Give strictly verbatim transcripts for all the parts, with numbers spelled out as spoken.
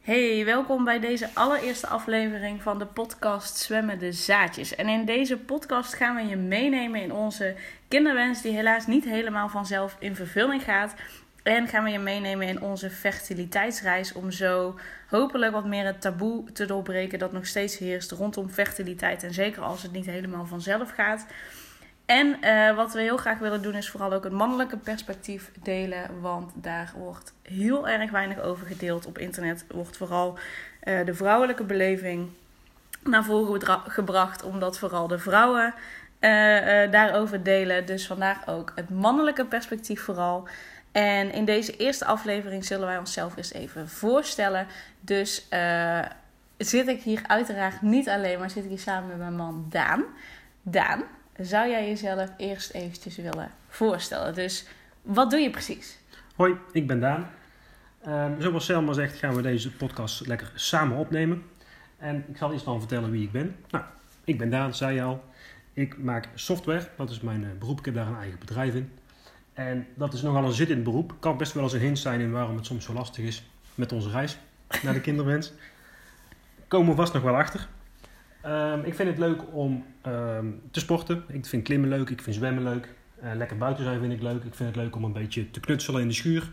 Hey, welkom bij deze allereerste aflevering van de podcast Zwemmen de Zaadjes. En in deze podcast gaan we je meenemen in onze kinderwens die helaas niet helemaal vanzelf in vervulling gaat. En gaan we je meenemen in onze fertiliteitsreis om zo hopelijk wat meer het taboe te doorbreken dat nog steeds heerst rondom fertiliteit. En zeker als het niet helemaal vanzelf gaat. En uh, wat we heel graag willen doen is vooral ook het mannelijke perspectief delen. Want daar wordt heel erg weinig over gedeeld op internet. Wordt vooral uh, de vrouwelijke beleving naar voren gedra- gebracht. Omdat vooral de vrouwen uh, uh, daarover delen. Dus vandaar ook het mannelijke perspectief vooral. En in deze eerste aflevering zullen wij onszelf eens even voorstellen. Dus uh, zit ik hier uiteraard niet alleen, maar zit ik hier samen met mijn man Daan. Daan. Zou jij jezelf eerst eventjes willen voorstellen? Dus wat doe je precies? Hoi, ik ben Daan. Uh, zoals Selma zegt gaan we deze podcast lekker samen opnemen. En ik zal eerst dan vertellen wie ik ben. Nou, ik ben Daan, zei je al. Ik maak software, dat is mijn uh, beroep. Ik heb daar een eigen bedrijf in. En dat is nogal een zit in het beroep. Kan best wel eens een hint zijn in waarom het soms zo lastig is met onze reis naar de kinderwens. Komen we vast nog wel achter. Um, ik vind het leuk om um, te sporten. Ik vind klimmen leuk, ik vind zwemmen leuk. Uh, lekker buiten zijn vind ik leuk. Ik vind het leuk om een beetje te knutselen in de schuur.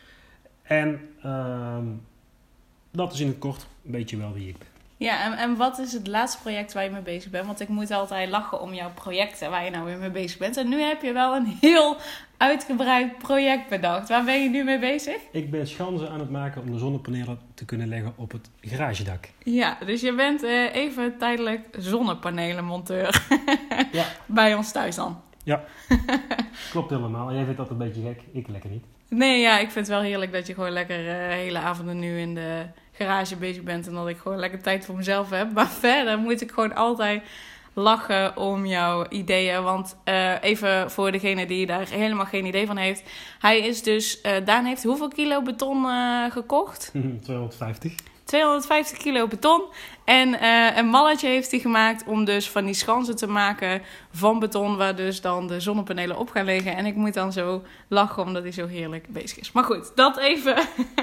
En um, dat is in het kort een beetje wel wie ik ben. Ja, en, en wat is het laatste project waar je mee bezig bent? Want ik moet altijd lachen om jouw projecten waar je nou weer mee bezig bent. En nu heb je wel een heel uitgebreid project bedacht. Waar ben je nu mee bezig? Ik ben schansen aan het maken om de zonnepanelen te kunnen leggen op het garagedak. Ja, dus je bent uh, even tijdelijk zonnepanelenmonteur. Ja. Bij ons thuis dan. Ja, klopt helemaal. En jij vindt dat een beetje gek, ik lekker niet. Nee, ja, ik vind het wel heerlijk dat je gewoon lekker uh, hele avonden nu in de garage bezig bent. En dat ik gewoon lekker tijd voor mezelf heb. Maar verder moet ik gewoon altijd lachen om jouw ideeën. Want uh, even voor degene die daar helemaal geen idee van heeft. Hij is dus, uh, Daan heeft hoeveel kilo beton uh, gekocht? tweehonderdvijftig. tweehonderdvijftig kilo beton. En uh, een malletje heeft hij gemaakt om dus van die schansen te maken van beton. Waar dus dan de zonnepanelen op gaan liggen. En ik moet dan zo lachen omdat hij zo heerlijk bezig is. Maar goed, dat even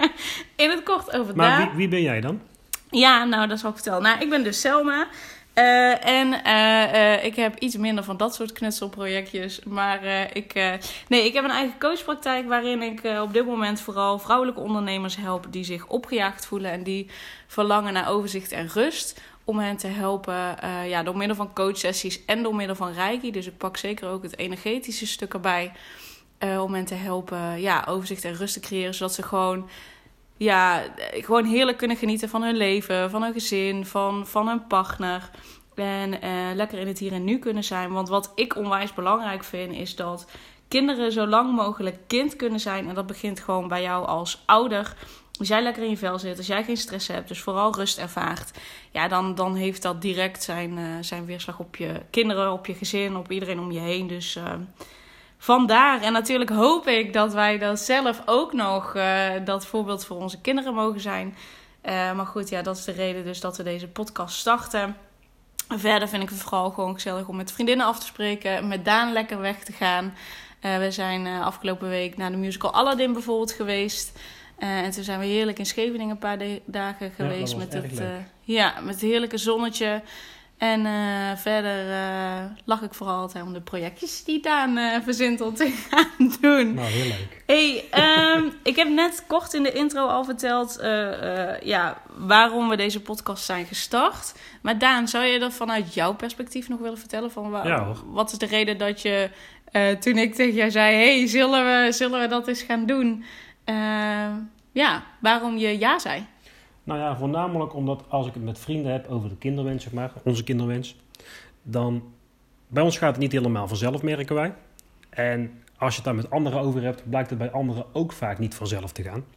in het kort over Maar Daan. wie, wie ben jij dan? Ja, nou dat zal ik vertellen. Nou, ik ben dus Selma. Uh, en uh, uh, ik heb iets minder van dat soort knutselprojectjes. Maar uh, ik, uh, nee, ik heb een eigen coachpraktijk waarin ik uh, op dit moment vooral vrouwelijke ondernemers help die zich opgejaagd voelen en die verlangen naar overzicht en rust. Om hen te helpen uh, ja, door middel van coachsessies en door middel van Reiki. Dus ik pak zeker ook het energetische stuk erbij. Uh, om hen te helpen ja, overzicht en rust te creëren. Zodat ze gewoon... Ja, gewoon heerlijk kunnen genieten van hun leven, van hun gezin, van, van hun partner. En uh, lekker in het hier en nu kunnen zijn. Want wat ik onwijs belangrijk vind, is dat kinderen zo lang mogelijk kind kunnen zijn. En dat begint gewoon bij jou als ouder. Als jij lekker in je vel zit, als jij geen stress hebt, dus vooral rust ervaart. Ja, dan, dan heeft dat direct zijn, uh, zijn weerslag op je kinderen, op je gezin, op iedereen om je heen. Dus... Uh, Vandaar. En natuurlijk hoop ik dat wij dat zelf ook nog uh, dat voorbeeld voor onze kinderen mogen zijn. Uh, maar goed, ja, dat is de reden dus dat we deze podcast starten. Verder vind ik het vooral gewoon gezellig om met vriendinnen af te spreken. Met Daan lekker weg te gaan. Uh, we zijn uh, afgelopen week naar de musical Aladdin bijvoorbeeld geweest. Uh, en toen zijn we heerlijk in Scheveningen een paar de- dagen geweest. Ja, met het, uh, leuk. ja, met het heerlijke zonnetje. En uh, verder uh, lach ik vooral altijd om de projectjes die Daan uh, verzint om te gaan doen. Nou, heel leuk. Hey, um, ik heb net kort in de intro al verteld uh, uh, ja, waarom we deze podcast zijn gestart. Maar Daan, zou je dat vanuit jouw perspectief nog willen vertellen? Van waar, Ja, hoor. Wat is de reden dat je, uh, toen ik tegen jou zei, hey, zullen we, zullen we dat eens gaan doen? Uh, ja, waarom je ja zei? Nou ja, voornamelijk omdat als ik het met vrienden heb over de kinderwens, zeg maar, onze kinderwens, dan bij ons gaat het niet helemaal vanzelf, merken wij. En als je het daar met anderen over hebt, blijkt het bij anderen ook vaak niet vanzelf te gaan.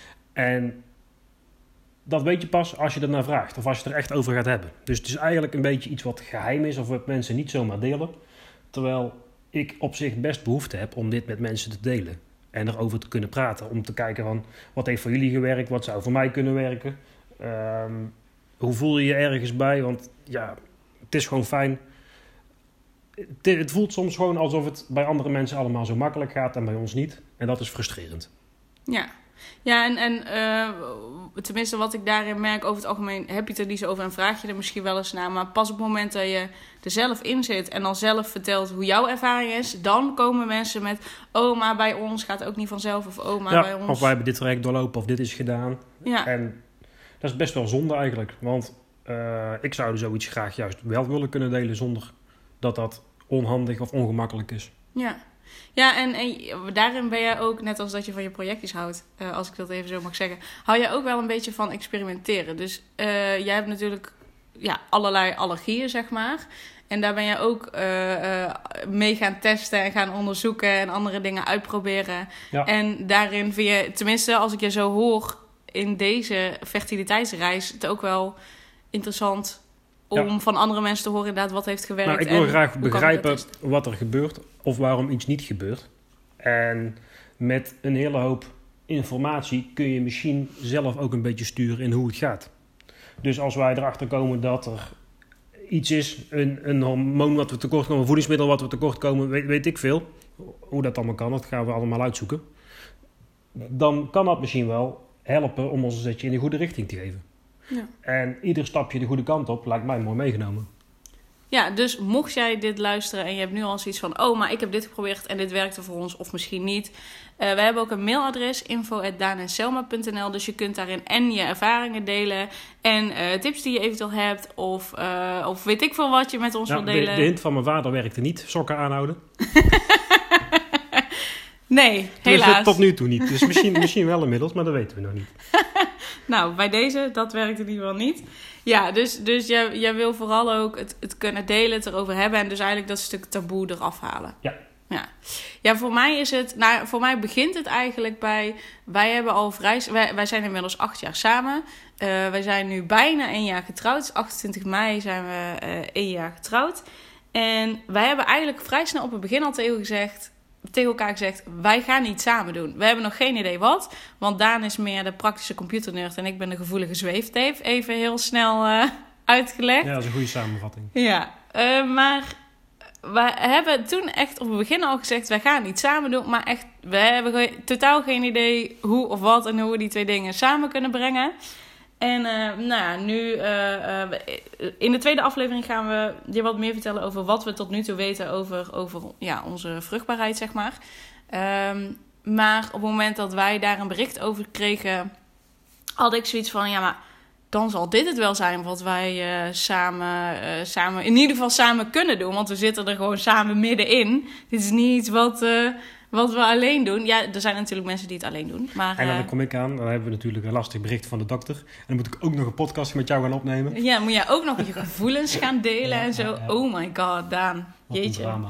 En dat weet je pas als je er naar vraagt of als je het er echt over gaat hebben. Dus het is eigenlijk een beetje iets wat geheim is of wat mensen niet zomaar delen. Terwijl ik op zich best behoefte heb om dit met mensen te delen. En erover te kunnen praten. Om te kijken van wat heeft voor jullie gewerkt. Wat zou voor mij kunnen werken. Um, hoe voel je je ergens bij? Want ja, het is gewoon fijn. Het, het voelt soms gewoon alsof het bij andere mensen allemaal zo makkelijk gaat. En bij ons niet. En dat is frustrerend. Ja. Ja, en, en uh, tenminste wat ik daarin merk, over het algemeen heb je het er niet zo over en vraag je er misschien wel eens naar. Maar pas op het moment dat je er zelf in zit en dan zelf vertelt hoe jouw ervaring is, dan komen mensen met, oh, maar bij ons gaat het ook niet vanzelf. Of oh, maar ja, bij ons... of wij hebben dit traject doorlopen of dit is gedaan. Ja. En dat is best wel zonde eigenlijk. Want uh, ik zou zoiets graag juist wel willen kunnen delen zonder dat dat onhandig of ongemakkelijk is. Ja. Ja, en, en daarin ben jij ook, net als dat je van je projectjes houdt, uh, als ik dat even zo mag zeggen, hou jij ook wel een beetje van experimenteren. Dus uh, jij hebt natuurlijk ja, allerlei allergieën, zeg maar. En daar ben jij ook uh, uh, mee gaan testen en gaan onderzoeken en andere dingen uitproberen. Ja. En daarin vind je, tenminste als ik je zo hoor in deze fertiliteitsreis, het ook wel interessant om ja. van andere mensen te horen inderdaad wat heeft gewerkt. Nou, ik wil graag begrijpen wat er gebeurt of waarom iets niet gebeurt. En met een hele hoop informatie kun je misschien zelf ook een beetje sturen in hoe het gaat. Dus als wij erachter komen dat er iets is, een, een hormoon wat we tekort komen, een voedingsmiddel wat we tekort komen, weet, weet ik veel. Hoe dat allemaal kan, dat gaan we allemaal uitzoeken. Dan kan dat misschien wel helpen om ons een zetje in de goede richting te geven. Ja. En ieder stapje de goede kant op lijkt mij mooi meegenomen. Ja, dus mocht jij dit luisteren en je hebt nu al zoiets van, oh, maar ik heb dit geprobeerd en dit werkte voor ons of misschien niet. Uh, we hebben ook een mailadres, info at daan en selma punt n l. Dus je kunt daarin en je ervaringen delen en uh, tips die je eventueel hebt of, uh, of weet ik veel wat je met ons nou, wil delen. De, de hint van mijn vader werkte niet, sokken aanhouden. Nee, helaas. Dus tot nu toe niet. Dus misschien, misschien wel inmiddels, maar dat weten we nog niet. Nou, bij deze, dat werkt in ieder geval niet. Ja, dus, dus jij, jij wil vooral ook het, het kunnen delen, het erover hebben en dus eigenlijk dat stuk taboe eraf halen. Ja. Ja, ja voor mij is het, nou, voor mij begint het eigenlijk bij, wij hebben al vrij, wij, wij zijn inmiddels acht jaar samen. Uh, wij zijn nu bijna één jaar getrouwd. achtentwintig mei zijn we uh, één jaar getrouwd. En wij hebben eigenlijk vrij snel op het begin al tegen gezegd, tegen elkaar gezegd, wij gaan niet samen doen. We hebben nog geen idee wat, want Daan is meer de praktische computernerd en ik ben de gevoelige zweefteef. Even heel snel uh, uitgelegd. Ja, dat is een goede samenvatting. Ja, uh, maar we hebben toen echt op het begin al gezegd, wij gaan niet samen doen, maar echt, we hebben ge- totaal geen idee hoe of wat en hoe we die twee dingen samen kunnen brengen. En uh, nou ja, nu uh, uh, in de tweede aflevering gaan we je wat meer vertellen over wat we tot nu toe weten over, over ja, onze vruchtbaarheid, zeg maar. Um, maar op het moment dat wij daar een bericht over kregen, had ik zoiets van, ja, maar dan zal dit het wel zijn wat wij uh, samen, uh, samen, in ieder geval samen kunnen doen. Want we zitten er gewoon samen middenin. Dit is niet iets wat... Uh, Wat we alleen doen. Ja, er zijn natuurlijk mensen die het alleen doen. Maar, en dan uh, kom ik aan. Dan hebben we natuurlijk een lastig bericht van de dokter. En dan moet ik ook nog een podcast met jou gaan opnemen. Ja, moet jij ook nog je gevoelens gaan delen ja, en zo. Ja, ja. Oh my god, Daan. Wat Jeetje. Een drama.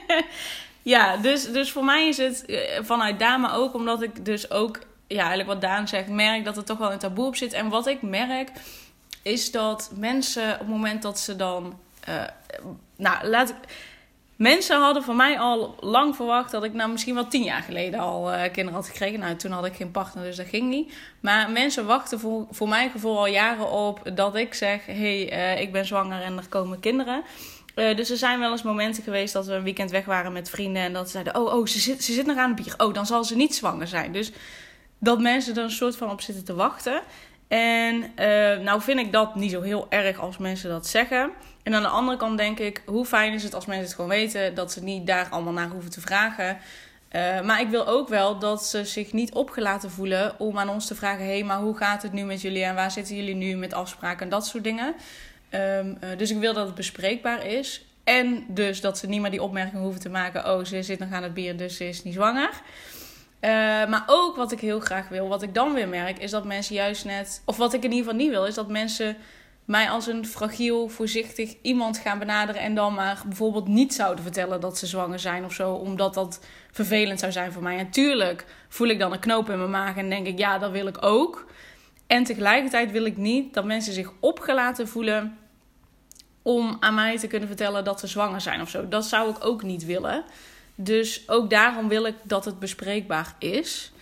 Ja, dus, dus voor mij is het uh, vanuit Daan, maar ook omdat ik dus ook, ja, eigenlijk wat Daan zegt, merk dat er toch wel een taboe op zit. En wat ik merk, is dat mensen op het moment dat ze dan... Uh, nou, laat ik... Mensen hadden van mij al lang verwacht dat ik nou misschien wel tien jaar geleden al uh, kinderen had gekregen. Nou, toen had ik geen partner, dus dat ging niet. Maar mensen wachten voor, voor mijn gevoel al jaren op dat ik zeg, hé, hey, uh, ik ben zwanger en er komen kinderen. Uh, dus er zijn wel eens momenten geweest dat we een weekend weg waren met vrienden en dat ze zeiden, oh, oh, ze zit, ze zit nog aan het bier. Oh, dan zal ze niet zwanger zijn. Dus dat mensen er een soort van op zitten te wachten. En uh, nou vind ik dat niet zo heel erg als mensen dat zeggen. En aan de andere kant denk ik, hoe fijn is het als mensen het gewoon weten, dat ze niet daar allemaal naar hoeven te vragen. Uh, maar ik wil ook wel dat ze zich niet opgelaten voelen om aan ons te vragen, hé, hey, maar hoe gaat het nu met jullie en waar zitten jullie nu met afspraken en dat soort dingen. Um, uh, dus ik wil dat het bespreekbaar is. En dus dat ze niet meer die opmerking hoeven te maken, oh, ze zit nog aan het bier, dus ze is niet zwanger. Uh, maar ook wat ik heel graag wil, wat ik dan weer merk, is dat mensen juist net... Of wat ik in ieder geval niet wil, is dat mensen mij als een fragiel, voorzichtig iemand gaan benaderen en dan maar bijvoorbeeld niet zouden vertellen dat ze zwanger zijn of zo, omdat dat vervelend zou zijn voor mij. En tuurlijk voel ik dan een knoop in mijn maag en denk ik, ja, dat wil ik ook. En tegelijkertijd wil ik niet dat mensen zich opgelaten voelen om aan mij te kunnen vertellen dat ze zwanger zijn of zo. Dat zou ik ook niet willen. Dus ook daarom wil ik dat het bespreekbaar is.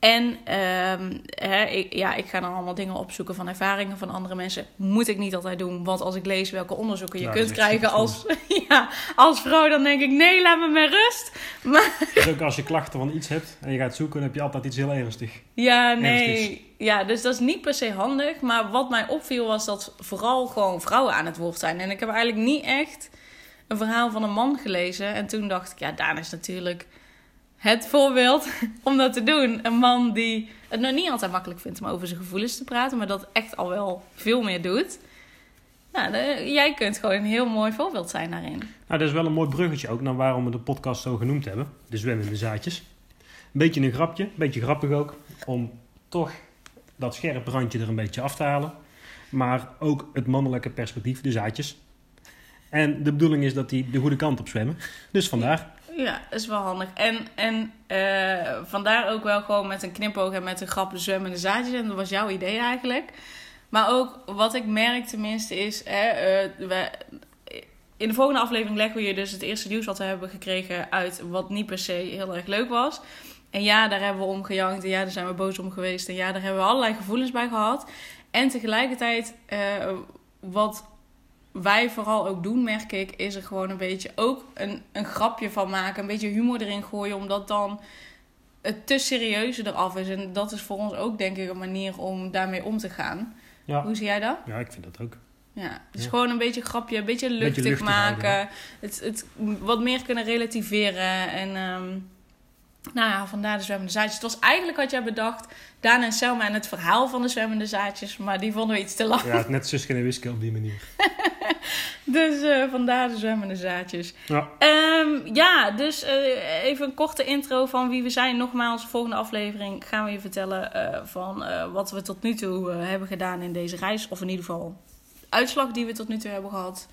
En um, hè, ik, ja, ik ga dan allemaal dingen opzoeken van ervaringen van andere mensen. Moet ik niet altijd doen. Want als ik lees welke onderzoeken je ja, kunt krijgen als, ja, als vrouw, dan denk ik, nee, laat me met rust. Maar... Dus ook als je klachten van iets hebt en je gaat zoeken, dan heb je altijd iets heel ernstig. Ja, nee. Ernstigs. Ja, dus dat is niet per se handig. Maar wat mij opviel was dat vooral gewoon vrouwen aan het woord zijn. En ik heb eigenlijk niet echt een verhaal van een man gelezen. En toen dacht ik, ja, Daan is natuurlijk het voorbeeld om dat te doen. Een man die het nog niet altijd makkelijk vindt om over zijn gevoelens te praten, maar dat echt al wel veel meer doet. Nou, de, jij kunt gewoon een heel mooi voorbeeld zijn daarin. Nou, dat is wel een mooi bruggetje ook naar waarom we de podcast zo genoemd hebben. De zwemmende zaadjes. Een beetje een grapje, een beetje grappig ook, om toch dat scherpe randje er een beetje af te halen. Maar ook het mannelijke perspectief, de zaadjes. En de bedoeling is dat die de goede kant op zwemmen. Dus vandaar. Ja, dat is wel handig. En, en uh, vandaar ook wel gewoon met een knipoog en met een grap de zwemmende zaadjes. En dat was jouw idee eigenlijk. Maar ook wat ik merk tenminste is... Hè, uh, we, in de volgende aflevering leggen we je dus het eerste nieuws wat we hebben gekregen uit... wat niet per se heel erg leuk was. En ja, daar hebben we om gejankt. En ja, daar zijn we boos om geweest. En ja, daar hebben we allerlei gevoelens bij gehad. En tegelijkertijd uh, wat... wij vooral ook doen, merk ik, is er gewoon een beetje ook een, een grapje van maken. Een beetje humor erin gooien, omdat dan het te serieuze eraf is. En dat is voor ons ook, denk ik, een manier om daarmee om te gaan. Ja. Hoe zie jij dat? Ja, ik vind dat ook. Ja, dus ja. Gewoon een beetje grapje, een beetje luchtig, beetje luchtig maken. Houden, het, het wat meer kunnen relativeren. En um, nou ja, vandaar de zwemmende zaadjes. Het was eigenlijk, had jij bedacht, Daan en Selma en het verhaal van de zwemmende zaadjes. Maar die vonden we iets te lang. Ja, net Suske en Wiske op die manier. Dus uh, vandaar de zwemmende zaadjes. Ja, um, ja dus uh, even een korte intro van wie we zijn. Nogmaals, de volgende aflevering gaan we je vertellen uh, van uh, wat we tot nu toe uh, hebben gedaan in deze reis. Of in ieder geval de uitslag die we tot nu toe hebben gehad.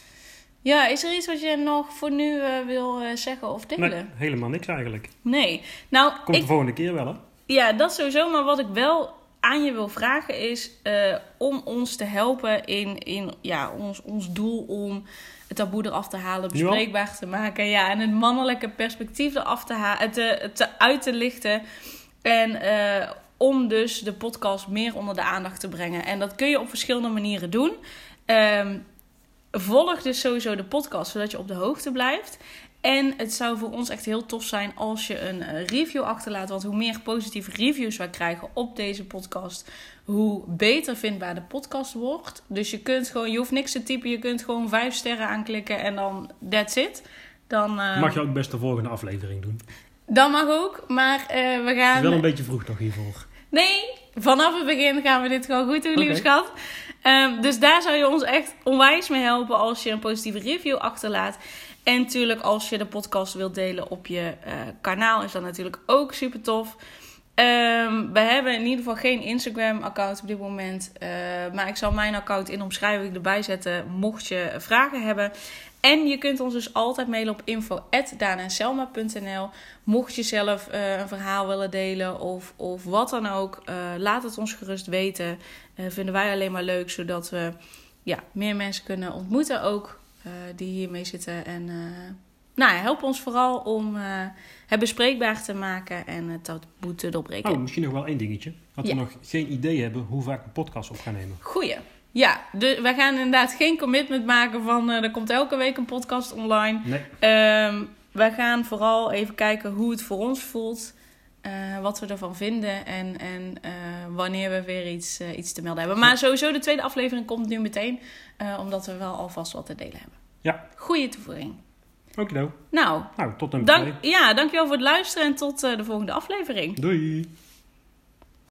Ja, is er iets wat je nog voor nu uh, wil uh, zeggen of delen? Nee, helemaal niks eigenlijk. Nee. Nou, Komt ik, de volgende keer wel, hè? Ja, dat sowieso. Maar wat ik wel aan je wil vragen is uh, om ons te helpen in, in ja, ons, ons doel om het taboe eraf te halen, bespreekbaar ja. te maken. Ja, en het mannelijke perspectief eraf te halen, te, te uit te lichten. En uh, om dus de podcast meer onder de aandacht te brengen. En dat kun je op verschillende manieren doen. Um, volg dus sowieso de podcast, zodat je op de hoogte blijft. En het zou voor ons echt heel tof zijn als je een review achterlaat. Want hoe meer positieve reviews wij krijgen op deze podcast, hoe beter vindbaar de podcast wordt. Dus je kunt gewoon, je hoeft niks te typen. Je kunt gewoon vijf sterren aanklikken en dan that's it. Dan uh, mag je ook best de volgende aflevering doen. Dat mag ook, maar uh, we gaan... Het is wel een beetje vroeg nog hiervoor. Nee, vanaf het begin gaan we dit gewoon goed doen, okay. Lieve schat. Um, dus daar zou je ons echt onwijs mee helpen als je een positieve review achterlaat. En natuurlijk als je de podcast wilt delen op je uh, kanaal is dat natuurlijk ook super tof. Um, we hebben in ieder geval geen Instagram account op dit moment. Uh, maar ik zal mijn account in de omschrijving erbij zetten mocht je vragen hebben. En je kunt ons dus altijd mailen op info at daanenselma punt n l. Mocht je zelf uh, een verhaal willen delen of, of wat dan ook. Uh, laat het ons gerust weten. Uh, vinden wij alleen maar leuk. Zodat we ja, meer mensen kunnen ontmoeten ook. Uh, die hiermee zitten. En uh, nou ja, help ons vooral om uh, het bespreekbaar te maken. En het taboe te doorbreken. Oh, misschien nog wel één dingetje. Dat ja. we nog geen idee hebben hoe vaak we podcast op gaan nemen. Goeie. Ja, de, wij gaan inderdaad geen commitment maken van uh, er komt elke week een podcast online. Nee. Um, wij gaan vooral even kijken hoe het voor ons voelt. Uh, wat we ervan vinden en, en uh, wanneer we weer iets, uh, iets te melden hebben. Maar sowieso de tweede aflevering komt nu meteen. Uh, omdat we wel alvast wat te delen hebben. Ja. Goeie toevoeging. Oké. Nou, nou, tot een dank, ja, dankjewel voor het luisteren en tot uh, de volgende aflevering. Doei.